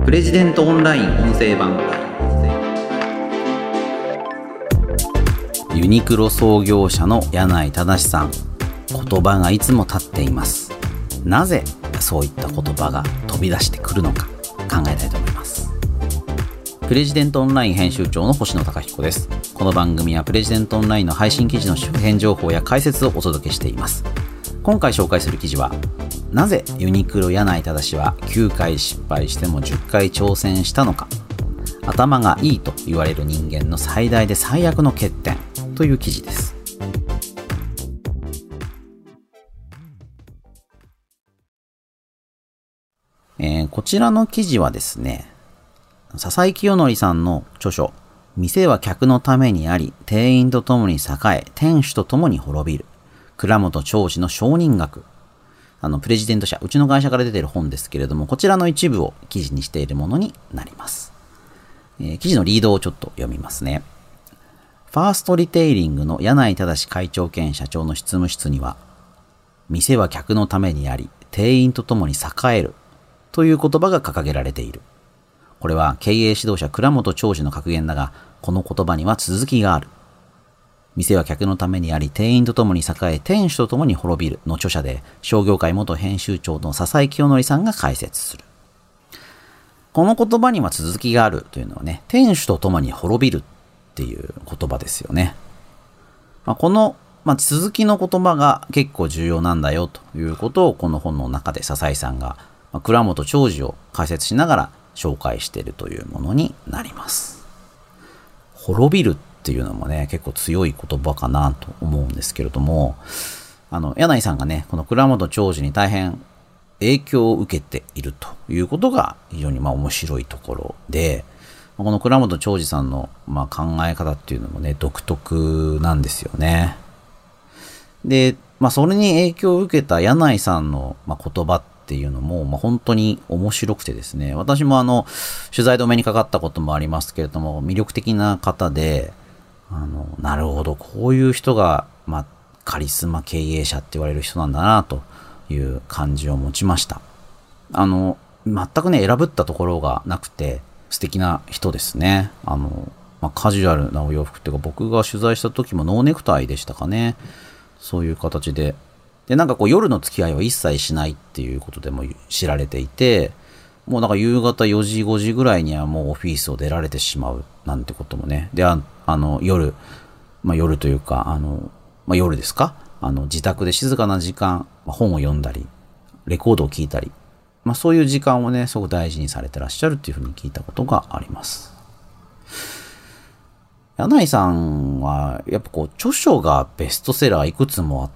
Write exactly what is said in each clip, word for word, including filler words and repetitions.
プレジデントオンライン音声版。ユニクロ創業者の柳井正さん、言葉がいつも立っています。なぜそういった言葉が飛び出してくるのか考えたいと思います。プレジデントオンライン編集長の星野貴彦です。この番組はプレジデントオンラインの配信記事の周辺情報や解説をお届けしています。今回紹介する記事は、なぜユニクロ柳井正はきゅうかい失敗してもじゅっかい挑戦したのか、頭がいいと言われる人間の最大で最悪の欠点という記事です。えー、こちらの記事はですね、笹井清則さんの著書、店は客のためにあり、店員とともに栄え、店主とともに滅びる、倉本長治の商人学、あのプレジデント社、うちの会社から出ている本ですけれども、こちらの一部を記事にしているものになります。えー、記事のリードをちょっと読みますね。ファーストリテイリングの柳井正会長兼社長の執務室には、店は客のためにあり、店員とともに栄えるという言葉が掲げられている。これは経営指導者倉本長治の格言だが、この言葉には続きがある。店は客のためにあり、店員とともに栄え、店主とともに滅びるの著者で、商業界元編集長の笹井清則さんが解説する。この言葉には続きがあるというのはね、店主とともに滅びるっていう言葉ですよね。まあ、この、まあ、続きの言葉が結構重要なんだよということを、この本の中で笹井さんが、まあ、倉本長治を解説しながら紹介しているというものになります。滅びるっていうのもね、結構強い言葉かなと思うんですけれども、あの柳井さんがね、この倉本長治に大変影響を受けているということが非常にまあ面白いところで、この倉本長治さんのまあ考え方っていうのもね、独特なんですよね。で、まあそれに影響を受けた柳井さんのまあ言葉っていうのも、まあ、本当に面白くてですね、私もあの取材でお目にかかったこともありますけれども、魅力的な方で、あのなるほど、こういう人が、まあ、カリスマ経営者って言われる人なんだなという感じを持ちました。あの全くね、選ぶったところがなくて素敵な人ですね。あの、まあ、カジュアルなお洋服っていうか、僕が取材した時もノーネクタイでしたかね。そういう形でで、なんかこう夜の付き合いは一切しないっていうことでも知られていて、もうなんか夕方よじごじぐらいにはもうオフィスを出られてしまうなんてこともね。で、ああの夜、まあ夜というか、あの、まあ夜ですか、あの自宅で静かな時間、本を読んだり、レコードを聴いたり、まあそういう時間をね、すごく大事にされてらっしゃるっていうふうに聞いたことがあります。柳井さんはやっぱこう著書がベストセラーいくつもあって、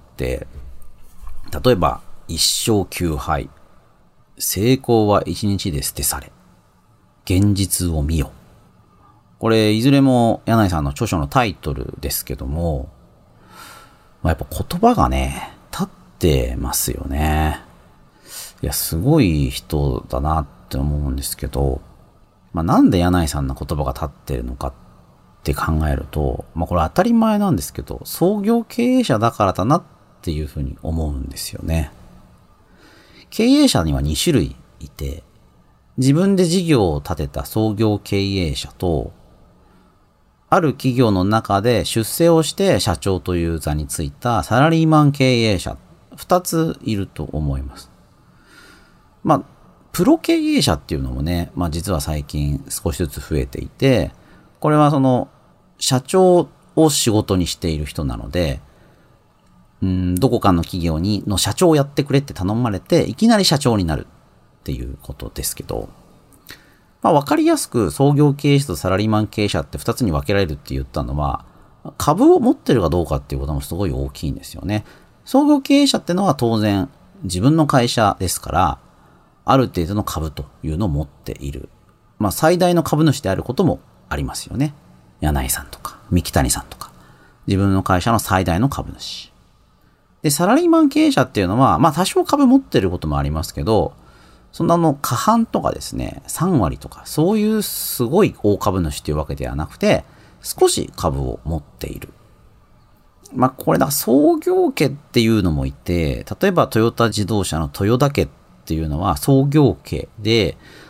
例えば一勝九敗、成功は一日で捨て去れ、現実を見よ。これいずれも柳井さんの著書のタイトルですけども、まあ、やっぱ言葉がね立ってますよね。いや、すごい人だなって思うんですけど、まあ、なんで柳井さんの言葉が立ってるのかって考えると、まあ、これ当たり前なんですけど、創業経営者だからだなっていうふうに思うんですよね。経営者にはに種類いて、自分で事業を立てた創業経営者と、ある企業の中で出世をして社長という座についたサラリーマン経営者、二ついると思います。まあ、プロ経営者っていうのもね、まあ実は最近少しずつ増えていて、これはその社長を仕事にしている人なので、うん、どこかの企業にの社長をやってくれって頼まれて、いきなり社長になるっていうことですけど、まあ分かりやすく創業経営者とサラリーマン経営者って二つに分けられるって言ったのは、株を持ってるかどうかっていうこともすごい大きいんですよね。創業経営者ってのは当然自分の会社ですから、ある程度の株というのを持っている。まあ最大の株主であることもありますよね。柳井さんとか三木谷さんとか、自分の会社の最大の株主。で、サラリーマン経営者っていうのは、まあ多少株持ってることもありますけど、そんなの過半とかですね、さんわりとか、そういうすごい大株主っていうわけではなくて、少し株を持っている。まあこれだ、創業家っていうのもいて、例えばトヨタ自動車の豊田家っていうのは創業家で、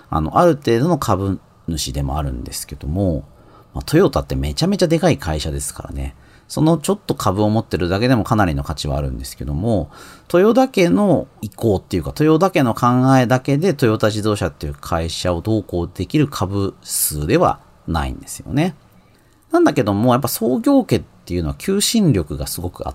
あの、ある程度の株主でもあるんですけども、まあ、トヨタってめちゃめちゃでかい会社ですからね。そのちょっと株を持ってるだけでもかなりの価値はあるんですけども、豊田家の意向っていうか、豊田家の考えだけでトヨタ自動車っていう会社を同行できる株数ではないんですよね。なんだけども、やっぱ創業家っていうのは求心力がすごくあって、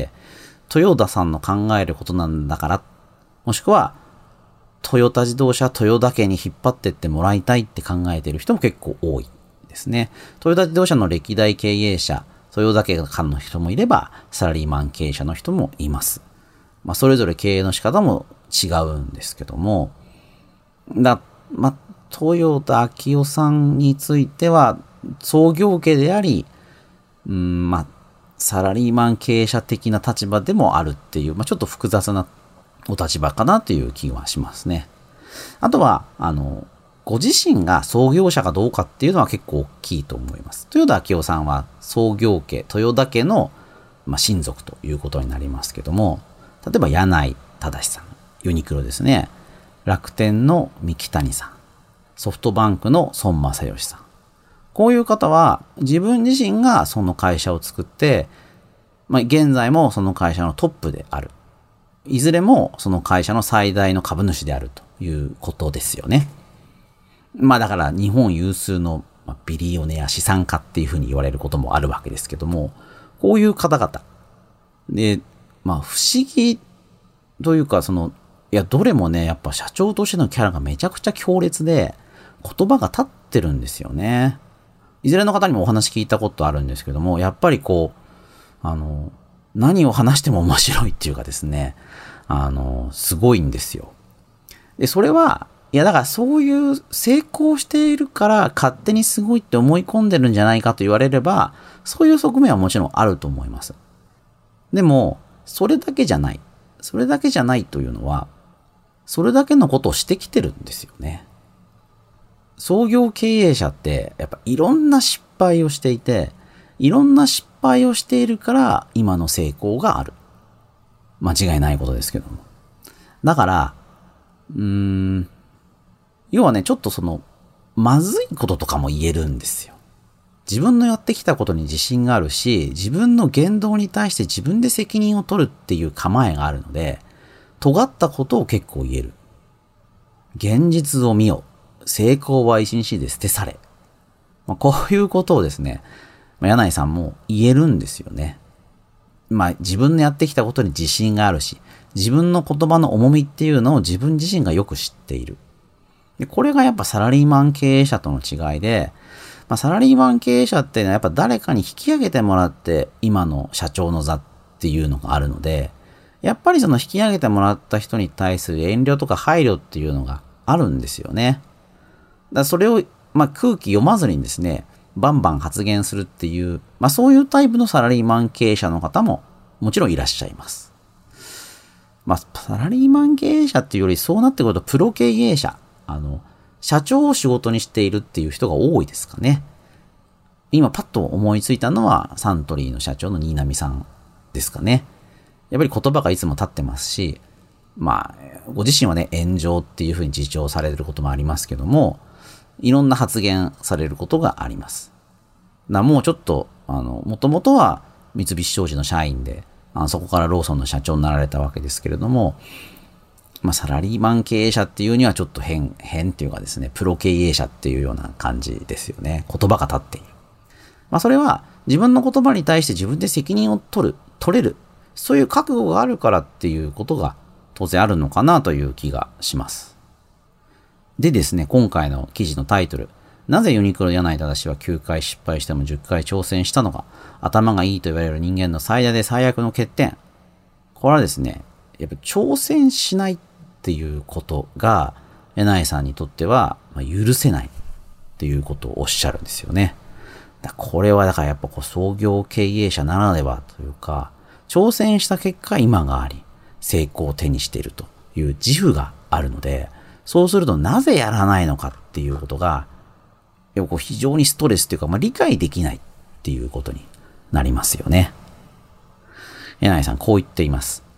豊田さんの考えることなんだから、もしくは、トヨタ自動車、豊田家に引っ張ってってもらいたいって考えている人も結構多いですね。トヨタ自動車の歴代経営者、豊田家間の人もいれば、サラリーマン経営者の人もいます。まあ、それぞれ経営の仕方も違うんですけども、だ、まあ、豊田章男さんについては、創業家であり、うん、まあ、サラリーマン経営者的な立場でもあるっていう、まあ、ちょっと複雑なお立場かなという気はしますね。あとは、あの、ご自身が創業者かどうかっていうのは結構大きいと思います。豊田章男さんは創業家、豊田家の、まあ、親族ということになりますけども、例えば柳井正さん、ユニクロですね。楽天の三木谷さん、ソフトバンクの孫正義さん。こういう方は自分自身がその会社を作って、まあ、現在もその会社のトップである。いずれもその会社の最大の株主であるということですよね。まあだから日本有数のビリオネア資産家っていうふうに言われることもあるわけですけども、こういう方々。で、まあ不思議というか、その、いや、どれもね、やっぱ社長としてのキャラがめちゃくちゃ強烈で、言葉が立ってるんですよね。いずれの方にもお話聞いたことあるんですけども、やっぱりこう、あの、何を話しても面白いっていうかですね、あの、すごいんですよ。で、それは、いやだからそういう成功しているから勝手にすごいって思い込んでるんじゃないかと言われれば、そういう側面はもちろんあると思います。でも、それだけじゃない。それだけじゃないというのは、それだけのことをしてきてるんですよね。創業経営者ってやっぱいろんな失敗をしていて、いろんな失敗をしているから今の成功がある。間違いないことですけども。だから、うーん、要はね、ちょっとその、まずいこととかも言えるんですよ。自分のやってきたことに自信があるし、自分の言動に対して自分で責任を取るっていう構えがあるので、尖ったことを結構言える。現実を見よ。成功は一日で捨て去れ。まあ、こういうことをですね、まあ、柳井さんも言えるんですよね。まあ自分のやってきたことに自信があるし、自分の言葉の重みっていうのを自分自身がよく知っている。でこれがやっぱサラリーマン経営者との違いで、まあ、サラリーマン経営者っていうのはやっぱ誰かに引き上げてもらって今の社長の座っていうのがあるので、やっぱりその引き上げてもらった人に対する遠慮とか配慮っていうのがあるんですよね。だからそれを、まあ、空気読まずにですね、バンバン発言するっていう、まあそういうタイプのサラリーマン経営者の方ももちろんいらっしゃいます。まあサラリーマン経営者っていうよりそうなってくるとプロ経営者、あの、社長を仕事にしているっていう人が多いですかね。今パッと思いついたのはサントリーの社長の新浪さんですかね。やっぱり言葉がいつも立ってますし、まあ、ご自身はね、炎上っていうふうに自重されることもありますけども、いろんな発言されることがあります。だからもうちょっと、あの、もともとは三菱商事の社員で、あそこからローソンの社長になられたわけですけれども、まあ、サラリーマン経営者っていうにはちょっと変、変っていうかですね、プロ経営者っていうような感じですよね。言葉が立っている。まあ、それは自分の言葉に対して自分で責任を取る、取れる、そういう覚悟があるからっていうことが当然あるのかなという気がします。でですね、今回の記事のタイトル、なぜユニクロ柳井正はきゅうかい失敗してもじゅっかい挑戦したのか、頭がいいと言われる人間の最大で最悪の欠点。これはですね、やっぱ挑戦しないっていうことが柳井さんにとっては許せないっていうことをおっしゃるんですよね。だこれはだからやっぱこう創業経営者ならではというか、挑戦した結果今があり、成功を手にしているという自負があるので、そうするとなぜやらないのかっていうことが、こう非常にストレスというか、まあ、理解できないっていうことになりますよね。柳井さんこう言っています。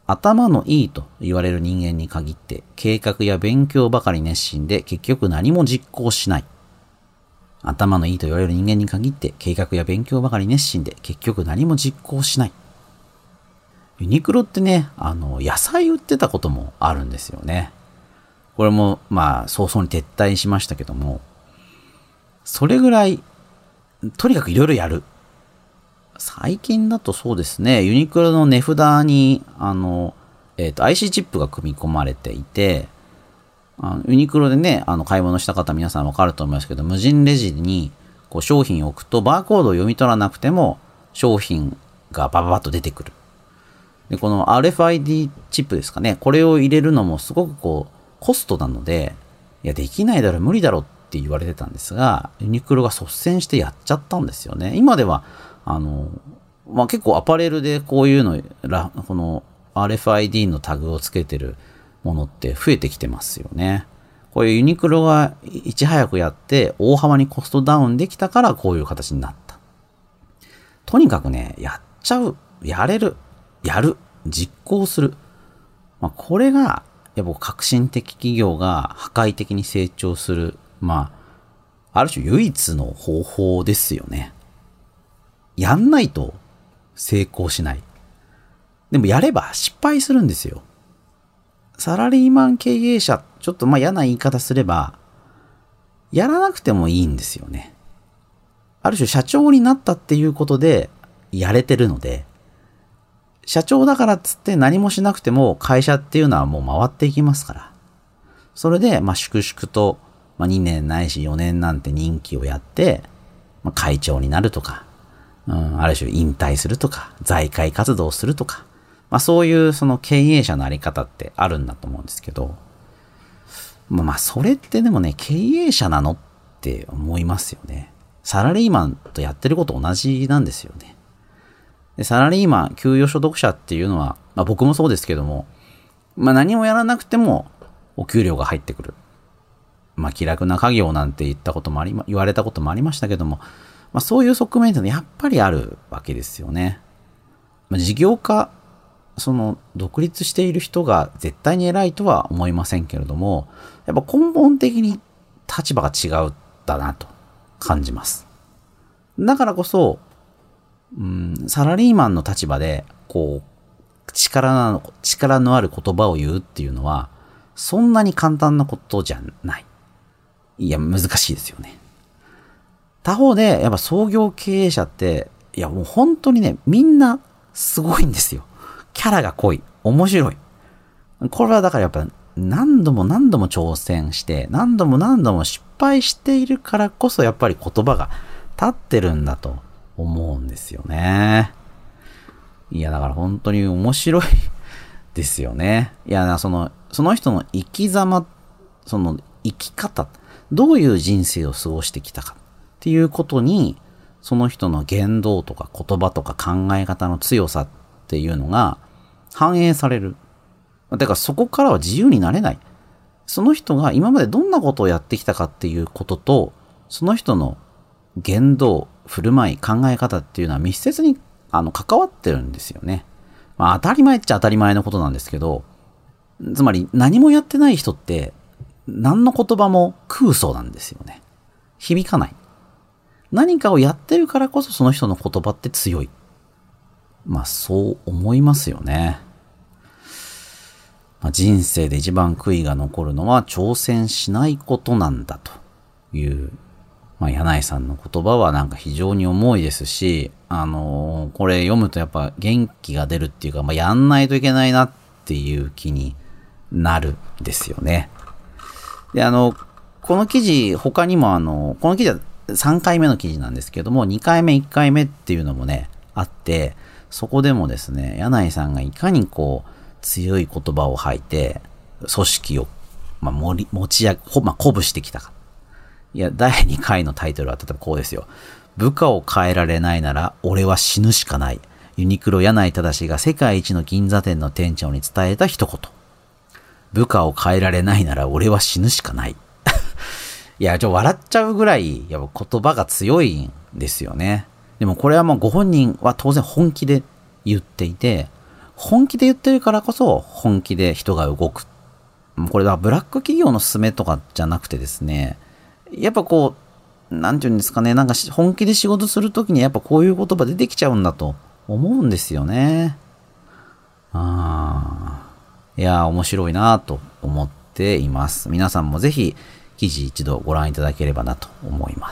頭のいいと言われる人間に限って計画や勉強ばかり熱心で結局何も実行しない。頭のいいと言われる人間に限って計画や勉強ばかり熱心で結局何も実行しない。ユニクロってね、あの、野菜売ってたこともあるんですよね。これも、まあ、早々に撤退しましたけども、それぐらい、とにかくいろいろやる。最近だとそうですね、ユニクロの値札に、あの、えっと、アイシー チップが組み込まれていて、あのユニクロでね、あの、買い物した方皆さんわかると思いますけど、無人レジにこう商品を置くと、バーコードを読み取らなくても、商品がバババッと出てくる。で、この アールエフアイディー チップですかね、これを入れるのもすごくこう、コストなので、いや、できないだろ、無理だろって言われてたんですが、ユニクロが率先してやっちゃったんですよね。今では、あの、まあ、結構アパレルでこういうの、この アールエフアイディー のタグをつけてるものって増えてきてますよね。こういうユニクロがいち早くやって大幅にコストダウンできたからこういう形になった。とにかくね、やっちゃう、やれる、やる、実行する。まあ、これが、やっぱ革新的企業が破壊的に成長する、まあ、ある種唯一の方法ですよね。やんないと成功しない。でもやれば失敗するんですよ。サラリーマン経営者、ちょっとまあ嫌な言い方すれば、やらなくてもいいんですよね。ある種社長になったっていうことでやれてるので、社長だからっつって何もしなくても会社っていうのはもう回っていきますから。それで、まあ粛々と、まあ、にねんないしよねんなんて任期をやって、まあ、会長になるとか、うん、ある種引退するとか、財界活動するとか、まあそういうその経営者のあり方ってあるんだと思うんですけど、まあまあそれってでもね、経営者なのって思いますよね。サラリーマンとやってること同じなんですよね。でサラリーマン、給与所得者っていうのは、まあ僕もそうですけども、まあ何もやらなくてもお給料が入ってくる。まあ気楽な家業なんて言ったこともあり、言われたこともありましたけども、まあそういう側面ってやっぱりあるわけですよね。まあ、事業家、その独立している人が絶対に偉いとは思いませんけれども、やっぱ根本的に立場が違うんだなと感じます。だからこそ、うん、サラリーマンの立場で、こう、力の、力のある言葉を言うっていうのは、そんなに簡単なことじゃない。いや、難しいですよね。他方で、やっぱ創業経営者って、いや、もう本当にね、みんなすごいんですよ。キャラが濃い。面白い。これはだからやっぱ何度も何度も挑戦して、何度も何度も失敗しているからこそ、やっぱり言葉が立ってるんだと思うんですよね。いや、だから本当に面白いですよね。いや、その、その人の生き様、その生き方、どういう人生を過ごしてきたかっていうことに、その人の言動とか言葉とか考え方の強さっていうのが反映される。だからそこからは自由になれない。その人が今までどんなことをやってきたかっていうことと、その人の言動、振る舞い、考え方っていうのは密接にあの関わってるんですよね。まあ当たり前っちゃ当たり前のことなんですけど、つまり何もやってない人って何の言葉も空想なんですよね。響かない。何かをやってるからこそその人の言葉って強い。まあそう思いますよね。まあ、人生で一番悔いが残るのは挑戦しないことなんだという、まあ、柳井さんの言葉はなんか非常に重いですし、あのー、これ読むとやっぱ元気が出るっていうか、まあ、やんないといけないなっていう気になるんですよね。で、あの、この記事、他にもあの、この記事はさんかいめの記事なんですけども、にかいめ、いっかいめっていうのもね、あって、そこでもですね、柳井さんがいかにこう、強い言葉を吐いて、組織を、まあ、盛り、持ち上げ、まあ、鼓舞してきたか。いや、だいにかいのタイトルは例えばこうですよ。部下を変えられないなら、俺は死ぬしかない。ユニクロ柳井正が世界一の銀座店の店長に伝えた一言。部下を変えられないなら、俺は死ぬしかない。いや、ちょ、笑っちゃうぐらい、やっぱ言葉が強いんですよね。でもこれはもうご本人は当然本気で言っていて、 本気で言ってるからこそ本気で人が動く。これはブラック企業の勧めとかじゃなくてですね、やっぱこう、なんていうんですかね、なんか本気で仕事するときにやっぱこういう言葉出てきちゃうんだと思うんですよね。あー、いやー面白いなと思っています。皆さんもぜひ記事一度ご覧いただければなと思います。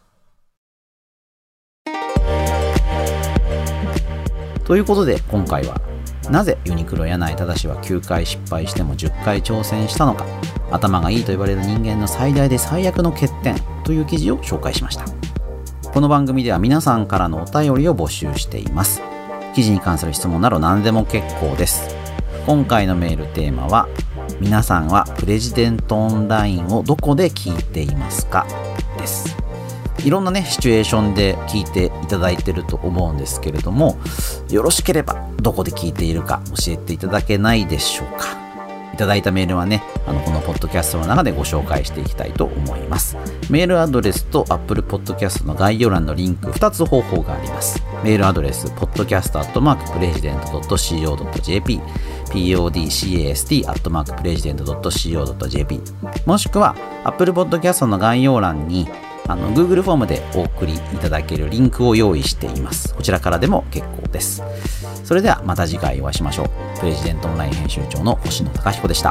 ということで今回はなぜユニクロ柳井正はきゅうかい失敗してもじゅっかい挑戦したのか、頭がいいと言われる人間の最大で最悪の欠点という記事を紹介しました。この番組では皆さんからのお便りを募集しています。記事に関する質問など何でも結構です。今回のメールテーマは、皆さんはプレジデントオンラインをどこで聞いていますかです。いろんなねシチュエーションで聞いていただいていると思うんですけれども、よろしければどこで聞いているか教えていただけないでしょうか。いただいたメールはね、あのこのポッドキャストの中でご紹介していきたいと思います。メールアドレスと Apple Podcast の概要欄のリンクふたつ方法があります。メールアドレス ポッドキャスト アットマークプレジデント ドット シーオー ドット ジェーピー ポッドキャスト アットマークプレジデント ドット シーオー ドット ジェーピー もしくは Apple Podcast の概要欄にあの Google フォームでお送りいただけるリンクを用意しています。こちらからでも結構です。それではまた次回お会いしましょう。プレジデントオンライン編集長の星野貴彦でした。